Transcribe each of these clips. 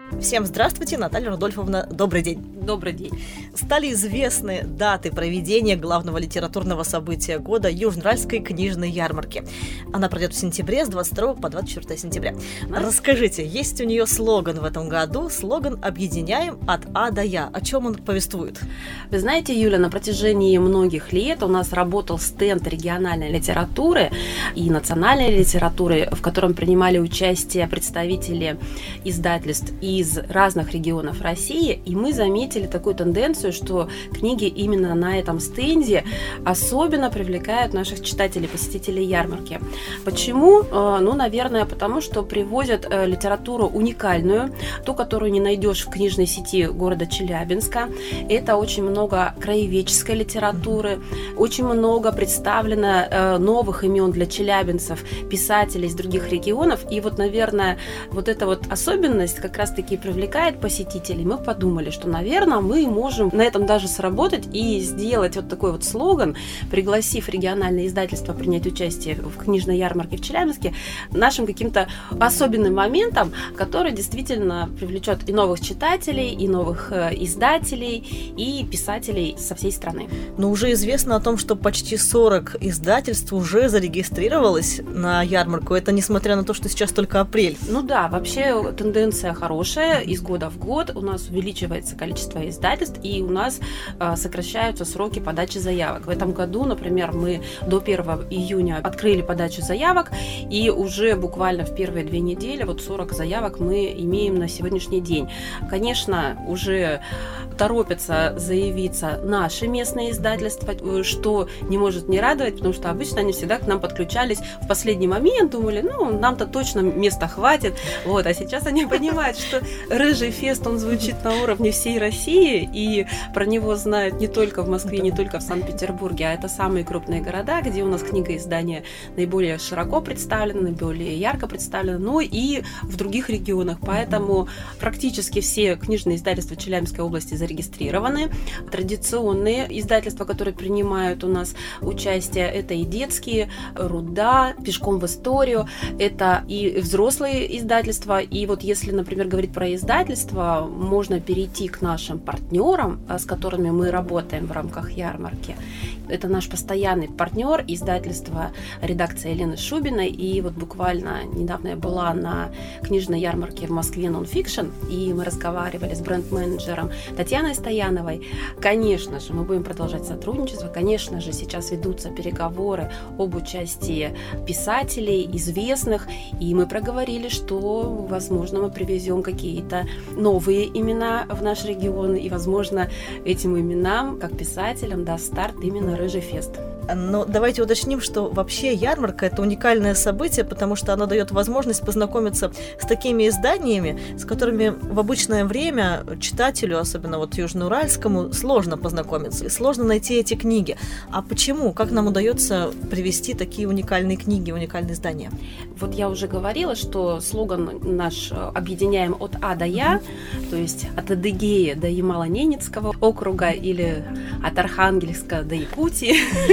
Всем здравствуйте, Наталья Рудольфовна, добрый день. Добрый день. Стали известны даты проведения главного литературного события года Южноуральской книжной ярмарки. Она пройдет в сентябре с 22 по 24 сентября. Расскажите, есть у нее слоган в этом году, слоган «Объединяем от А до Я». О чем он повествует? Вы знаете, Юля, на протяжении многих лет у нас работал стенд региональной литературы и национальной литературы, в котором принимали участие представители издательств из разных регионов России, и мы заметили такую тенденцию, что книги именно на этом стенде особенно привлекают наших читателей, посетителей ярмарки. Почему? Наверное, потому что привозят литературу уникальную, ту, которую не найдешь в книжной сети города Челябинска. Это очень много краеведческой литературы, очень много представлено новых имен для челябинцев, писателей из других регионов. И наверное, эта особенность как раз-таки привлекает посетителей. Мы подумали, что, наверное, мы можем на этом даже сработать и сделать такой слоган, пригласив региональные издательства принять участие в книжной ярмарке в Челябинске, нашим каким-то особенным моментом, который действительно привлечет и новых читателей, и новых издателей, и писателей со всей страны. Но уже известно о том, что почти 40 издательств уже зарегистрировалось на ярмарку. Это несмотря на то, что сейчас только апрель. Вообще тенденция хорошая. Из года в год у нас увеличивается количество издательств, и у нас сокращаются сроки подачи заявок. В этом году, например, мы до 1 июня открыли подачу заявок, и уже буквально в первые 2 недели 40 заявок мы имеем на сегодняшний день. Конечно, уже торопятся заявиться наши местные издательства, что не может не радовать, потому что обычно они всегда к нам подключались в последний момент, думали, нам-то точно места хватит. А сейчас они понимают, что «Рыжий фест», он звучит на уровне всей России, и про него знают не только в Москве, не только в Санкт-Петербурге, а это самые крупные города, где у нас книгоиздание наиболее широко представлено, наиболее ярко представлено, но и в других регионах. Поэтому практически все книжные издательства Челябинской области зарегистрированы. Традиционные издательства, которые принимают у нас участие, это и детские, «Руда», «Пешком в историю», это и взрослые издательства. И если, например, говорить про издательства, можно перейти к нашим партнерам, с которыми мы работаем в рамках ярмарки. Это наш постоянный партнер, издательство редакция Елены Шубиной. И буквально недавно я была на книжной ярмарке в Москве Nonfiction, и мы разговаривали с бренд-менеджером Татьяной Стояновой. Конечно же, мы будем продолжать сотрудничество. Конечно же, сейчас ведутся переговоры об участии писателей, известных. И мы проговорили, что, возможно, мы привезем какие-то новые имена в наш регион. И, возможно, этим именам, как писателям, даст старт именно «Рыжий фест». Но давайте уточним, что вообще ярмарка – это уникальное событие, потому что оно дает возможность познакомиться с такими изданиями, с которыми в обычное время читателю, особенно южноуральскому, сложно познакомиться, и сложно найти эти книги. А почему? Как нам удается привести такие уникальные книги, уникальные издания? Я уже говорила, что слоган наш «Объединяем от А до Я», то есть от Адыгеи до Ямало-Ненецкого округа или от Архангельска до Якутии,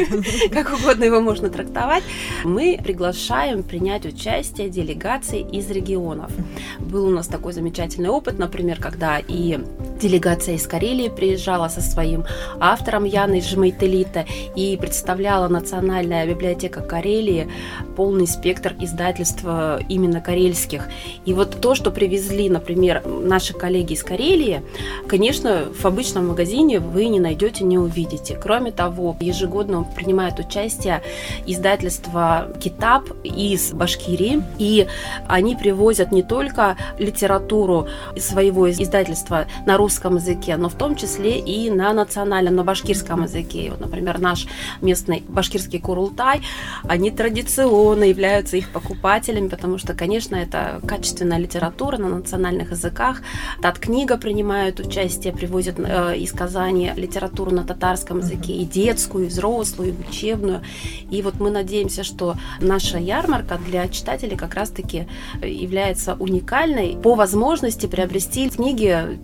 как угодно его можно трактовать, мы приглашаем принять участие делегаций из регионов. Был у нас такой замечательный опыт, например, когда и делегация из Карелии приезжала со своим автором Яной Жмейтелита и представляла Национальная библиотека Карелии полный спектр издательств именно карельских. И то, что привезли, например, наши коллеги из Карелии, конечно, в обычном магазине вы не найдете, не увидите. Кроме того, ежегодно принимает участие издательство «Китап» из Башкирии, и они привозят не только литературу своего издательства на русском языке, но в том числе и на национальном, на башкирском языке. Например, наш местный башкирский Курултай, они традиционно являются их покупателями, потому что, конечно, это качественная литература на национальных языках. Таткнига принимают участие, привозят из Казани литературу на татарском языке, и детскую, и взрослую, и учебную. И мы надеемся, что наша ярмарка для читателей как раз-таки является уникальной по возможности приобрести книги, те, которые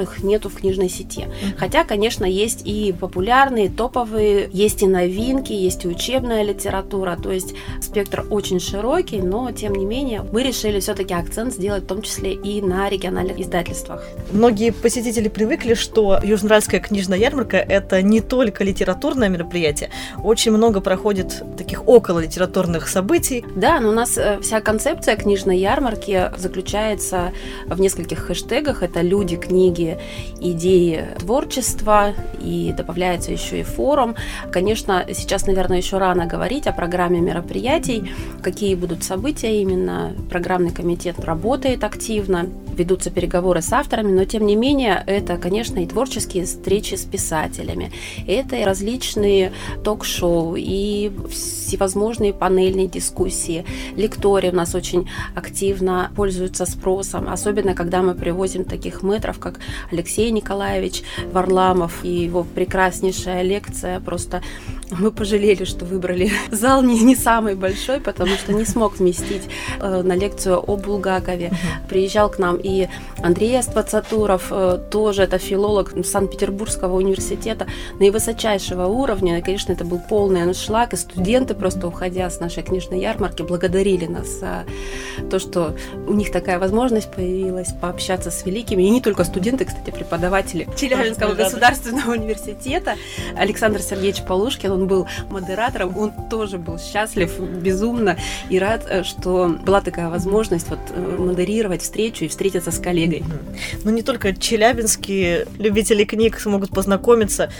их нету в книжной сети. Хотя, конечно, есть и популярные, топовые, есть и новинки, есть и учебная литература, то есть спектр очень широкий, но, тем не менее, мы решили все-таки акцент сделать в том числе и на региональных издательствах. Многие посетители привыкли, что Южноуральская книжная ярмарка – это не только литературное мероприятие, очень много проходит таких окололитературных событий. Да, но у нас вся концепция книжной ярмарки заключается в нескольких хэштегах. Это люди, книги, идеи, творчество, и добавляется еще и форум. Конечно, сейчас, наверное, еще рано говорить о программе мероприятий, какие будут события именно. Программный комитет работает активно, ведутся переговоры с авторами, но, тем не менее, это, конечно, и творческие встречи с писателями, это и различные ток-шоу, и всевозможные панельные дискуссии. Лектории у нас очень активно пользуются спросом, особенно когда мы привозим таких мэтров, как Алексей Николаевич Варламов и его прекраснейшая лекция. Просто мы пожалели, что выбрали зал не самый большой, потому что не смог вместить на лекцию о Булгакове. Приезжал к нам и Андрей Аствацатуров, тоже это филолог Санкт-Петербургского университета наивысочайшего уровня. И, конечно, это был полный аншлаг, и студенты, просто уходя с нашей книжной ярмарки, благодарили нас за то, что у них такая возможность появилась пообщаться с великими, и не только студенты, кстати, преподаватели Челябинского государственного университета. Александр Сергеевич Полушкин, он был модератором, он тоже был счастлив безумно и рад, что была такая возможность модерировать встречу и встретиться с коллегой. Но не только челябинские любители книг смогут познакомиться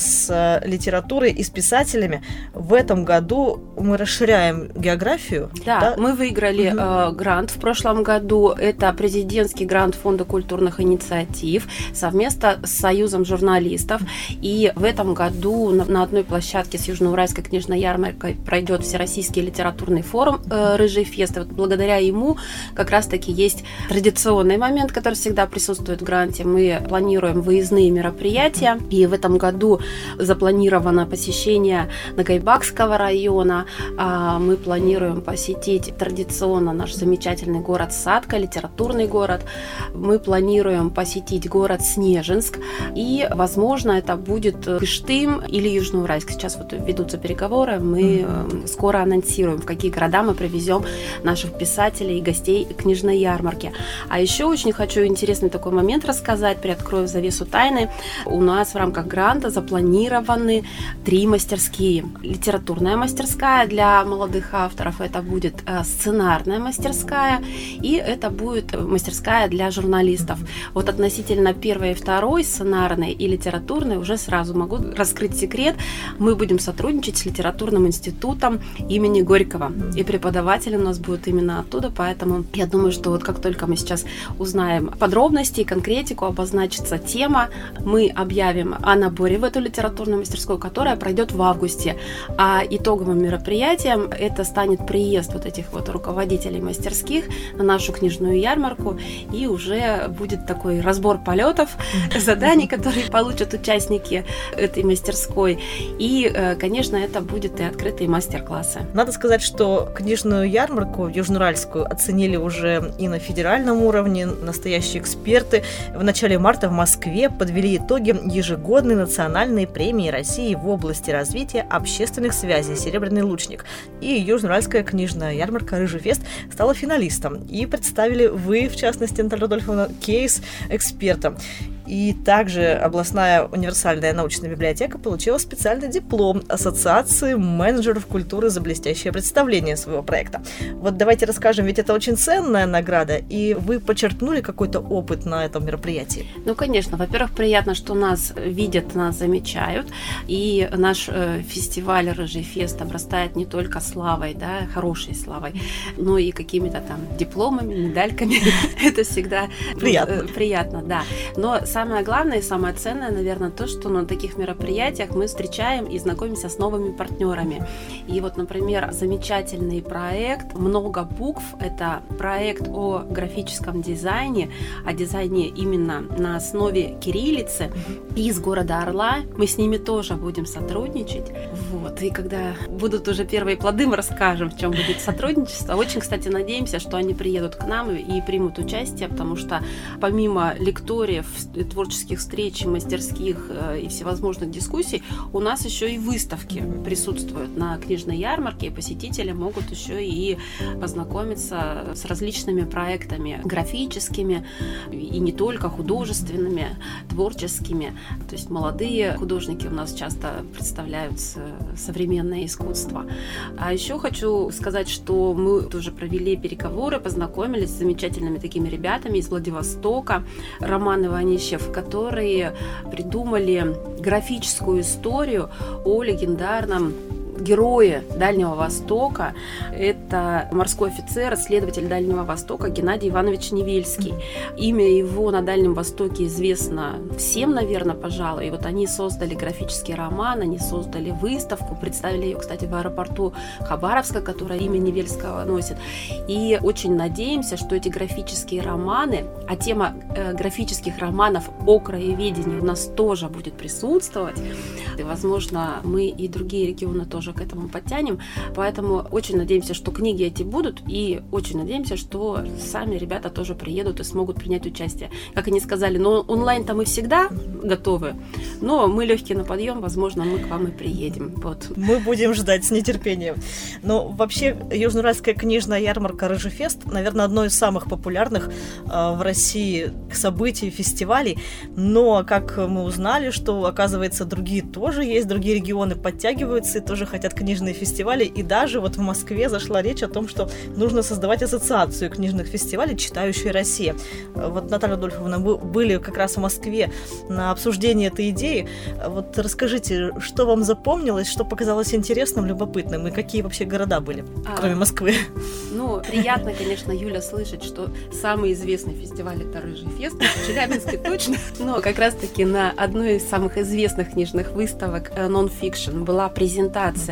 с литературой и с писателями. В этом году мы расширяем географию. Да, мы выиграли грант в прошлом году. Это президентский грант Фонда культурных инициатив совместно с Союзом журналистов. И в этом году на одной площадке с Южноуральской книжной ярмаркой пройдет Всероссийский литературный форум «Рыжий фест». И благодаря ему как раз-таки есть традиционный момент, который всегда присутствует в гранте. Мы планируем выездные мероприятия. И в этом году запланировано посещение Нагайбакского района. Мы планируем посетить традиционно наш замечательный город Сатка, литературный город. Мы планируем посетить город Снежинск. И, возможно, это будет Кыштым или Южноуральск. Сейчас ведутся переговоры. Мы скоро анонсируем, в какие города мы привезем наших писателей и гостей книжной ярмарки. А еще очень хочу интересный такой момент рассказать, приоткрою завесу тайны. У нас в рамках гранта запланированы 3 мастерские. Литературная мастерская для молодых авторов, это будет сценарная мастерская, и это будет мастерская для журналистов. Относительно 1-й и 2-й, сценарной и литературной, уже сразу могу раскрыть секрет. Мы будем сотрудничать с литературным институтом имени Горького, и преподаватели у нас будут именно оттуда, поэтому я думаю, что как только мы сейчас узнаем подробности и конкретику, обозначится тема, мы объявим о наборе в эту литературную мастерскую, которая пройдет в августе. А итоговым мероприятием это станет приезд этих руководителей мастерских на нашу книжную ярмарку, и уже будет такой разбор полетов, заданий, которые получат участники этой мастерской. И, конечно, это будет и открытые мастер-классы. Надо сказать, что книжную ярмарку южноуральскую оценили уже и на федеральном уровне. Настоящие эксперты в начале марта в Москве подвели итоги ежегодной национальной премии России в области развития общественных связей «Серебряный лучник». И Южноуральская книжная ярмарка «Рыжий фест» стала финалистом. И представили вы, в частности, Наталья Рудольфовна, кейс эксперта. И также областная универсальная научная библиотека получила специальный диплом Ассоциации менеджеров культуры за блестящее представление своего проекта. Давайте расскажем, ведь это очень ценная награда, и вы подчеркнули какой-то опыт на этом мероприятии. Конечно. Во-первых, приятно, что нас видят, нас замечают, и наш фестиваль «Рыжий фест» обрастает не только славой, хорошей славой, но и какими-то там дипломами, медальками. Это всегда приятно, да. Но самое главное и самое ценное, наверное, то, что на таких мероприятиях мы встречаем и знакомимся с новыми партнерами. И например, замечательный проект «Много букв» — это проект о графическом дизайне, о дизайне именно на основе кириллицы из города Орла. Мы с ними тоже будем сотрудничать. И когда будут уже первые плоды, мы расскажем, в чем будет сотрудничество. Очень, кстати, надеемся, что они приедут к нам и примут участие, потому что помимо лекториев, творческих встреч, мастерских и всевозможных дискуссий, у нас еще и выставки присутствуют на книжной ярмарке, и посетители могут еще и познакомиться с различными проектами графическими, и не только художественными, творческими. То есть молодые художники у нас часто представляют современное искусство. А еще хочу сказать, что мы тоже провели переговоры, познакомились с замечательными такими ребятами из Владивостока, Роман Иванищев, которые придумали графическую историю о легендарном герое Дальнего Востока. Это морской офицер, исследователь Дальнего Востока Геннадий Иванович Невельский. Имя его на Дальнем Востоке известно всем, наверное, пожалуй. И вот они создали графический роман, они создали выставку, представили ее, кстати, в аэропорту Хабаровска, которая имя Невельского носит. И очень надеемся, что эти графические романы, а тема графических романов о краеведении у нас тоже будет присутствовать. И, возможно, мы и другие регионы тоже к этому подтянем. Поэтому очень надеемся, что книги эти будут, и очень надеемся, что сами ребята тоже приедут и смогут принять участие. Как они сказали, онлайн-то мы всегда готовы, но мы легкие на подъем, возможно, мы к вам и приедем. Вот. Мы будем ждать с нетерпением. Но вообще Южноуральская книжная ярмарка «Рыжий-фест», наверное, одно из самых популярных в России событий, фестивалей. Но, как мы узнали, что, оказывается, другие тоже есть, другие регионы подтягиваются и тоже хотят книжные фестивали, и даже вот в Москве зашла речь о том, что нужно создавать ассоциацию книжных фестивалей «Читающая Россия». Вот, Наталья Адольфовна, вы были как раз в Москве на обсуждении этой идеи. Вот расскажите, что вам запомнилось, что показалось интересным, любопытным, и какие вообще города были, кроме Москвы? Приятно, конечно, Юля, слышать, что самый известный фестиваль — это «Рыжий-фест», в Челябинске точно. Но как раз-таки на одной из самых известных книжных выставок «Non-Fiction» была презентация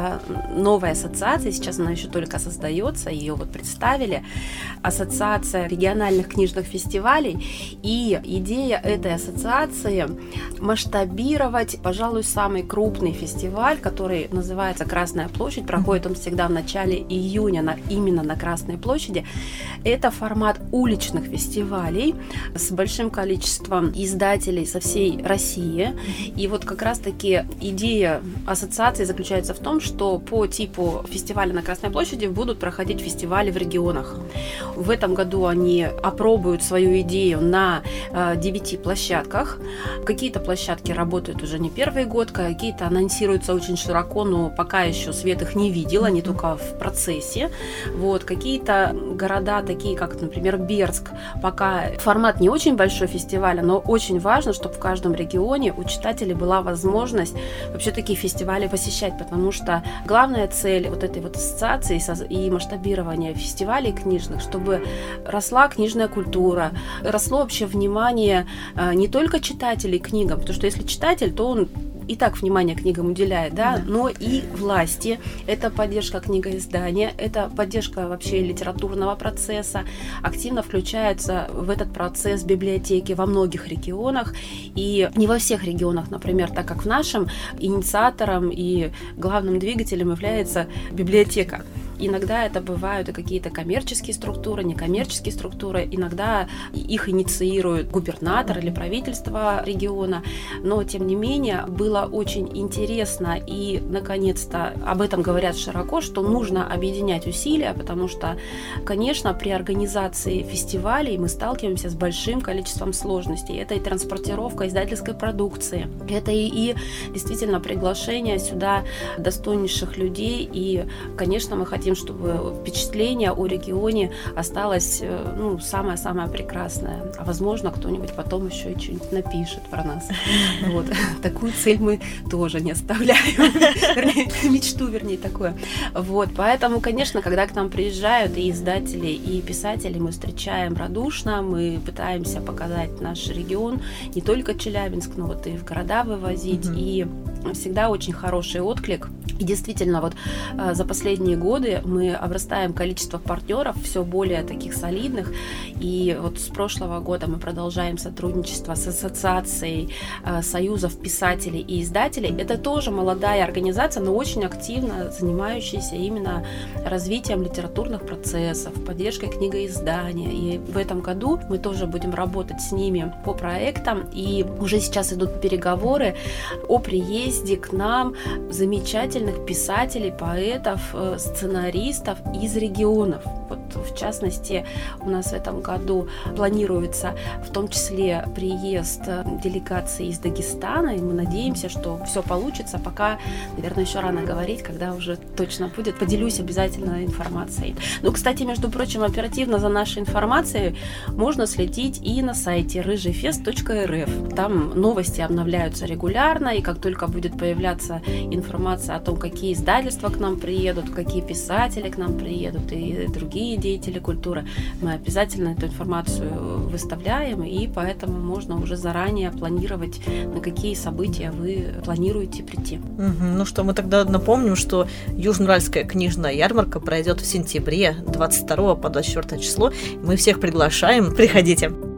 новой ассоциации, сейчас она еще только создается, ее вот представили, ассоциация региональных книжных фестивалей, и идея этой ассоциации масштабировать, пожалуй, самый крупный фестиваль, который называется «Красная площадь», проходит он всегда в начале июня именно на Красной площади. Это формат уличных фестивалей с большим количеством издателей со всей России, и вот как раз-таки идея ассоциации заключается в том, что по типу фестиваля на Красной площади будут проходить фестивали в регионах. В этом году они опробуют свою идею на 9 площадках. Какие-то площадки работают уже не первый год, какие-то анонсируются очень широко, но пока еще свет их не видел, они только в процессе. Вот. Какие-то города, такие как, например, Бердск, пока формат не очень большой фестиваля, но очень важно, чтобы в каждом регионе у читателей была возможность вообще такие фестивали посещать, потому что главная цель вот этой вот ассоциации и масштабирования фестивалей книжных, чтобы росла книжная культура, росло вообще внимание не только читателей книгам, потому что если читатель, то он и так внимание книгам уделяет, да, но и власти. Это поддержка книгоиздания, это поддержка вообще литературного процесса. Активно включаются в этот процесс библиотеки во многих регионах, и не во всех регионах, например, так как в нашем инициатором и главным двигателем является библиотека. Иногда это бывают и какие-то коммерческие структуры, некоммерческие структуры, иногда их инициирует губернатор или правительство региона, но тем не менее было очень интересно, и наконец-то об этом говорят широко, что нужно объединять усилия, потому что, конечно, при организации фестивалей мы сталкиваемся с большим количеством сложностей. Это и транспортировка издательской продукции, это и действительно приглашение сюда достойнейших людей, и, конечно, мы хотим, чтобы впечатление о регионе осталось самое-самое прекрасное. А возможно, кто-нибудь потом еще и что-нибудь напишет про нас. Вот. Такую цель мы тоже не оставляем. Мечту, вернее, такое. Вот. Поэтому, конечно, когда к нам приезжают и издатели, и писатели, мы встречаем радушно, мы пытаемся показать наш регион, не только Челябинск, но вот и в города вывозить. И всегда очень хороший отклик. И действительно, вот за последние годы мы обрастаем количеством партнеров все более таких солидных. И вот с прошлого года мы продолжаем сотрудничество с Ассоциацией союзов писателей и издателей. Это тоже молодая организация, но очень активно занимающаяся именно развитием литературных процессов, поддержкой книгоиздания. И в этом году мы тоже будем работать с ними по проектам. И уже сейчас идут переговоры о приезде к нам замечательных писателей, поэтов, сценаристов из регионов. Вот, в частности, у нас в этом году планируется в том числе приезд делегации из Дагестана, и мы надеемся, что все получится. Пока, наверное, еще рано говорить, когда уже точно будет. Поделюсь обязательно информацией. Ну, кстати, между прочим, оперативно за нашей информацией можно следить и на сайте ryzyfest.rf. Там новости обновляются регулярно, и как только будет появляться информация о том, какие издательства к нам приедут, какие писатели к нам приедут и другие деятели культуры, мы обязательно эту информацию выставляем, и поэтому можно уже заранее планировать, на какие события вы планируете прийти. Ну что, мы тогда напомним, что Южноуральская книжная ярмарка пройдет в сентябре 22 по 24 число. Мы всех приглашаем, приходите.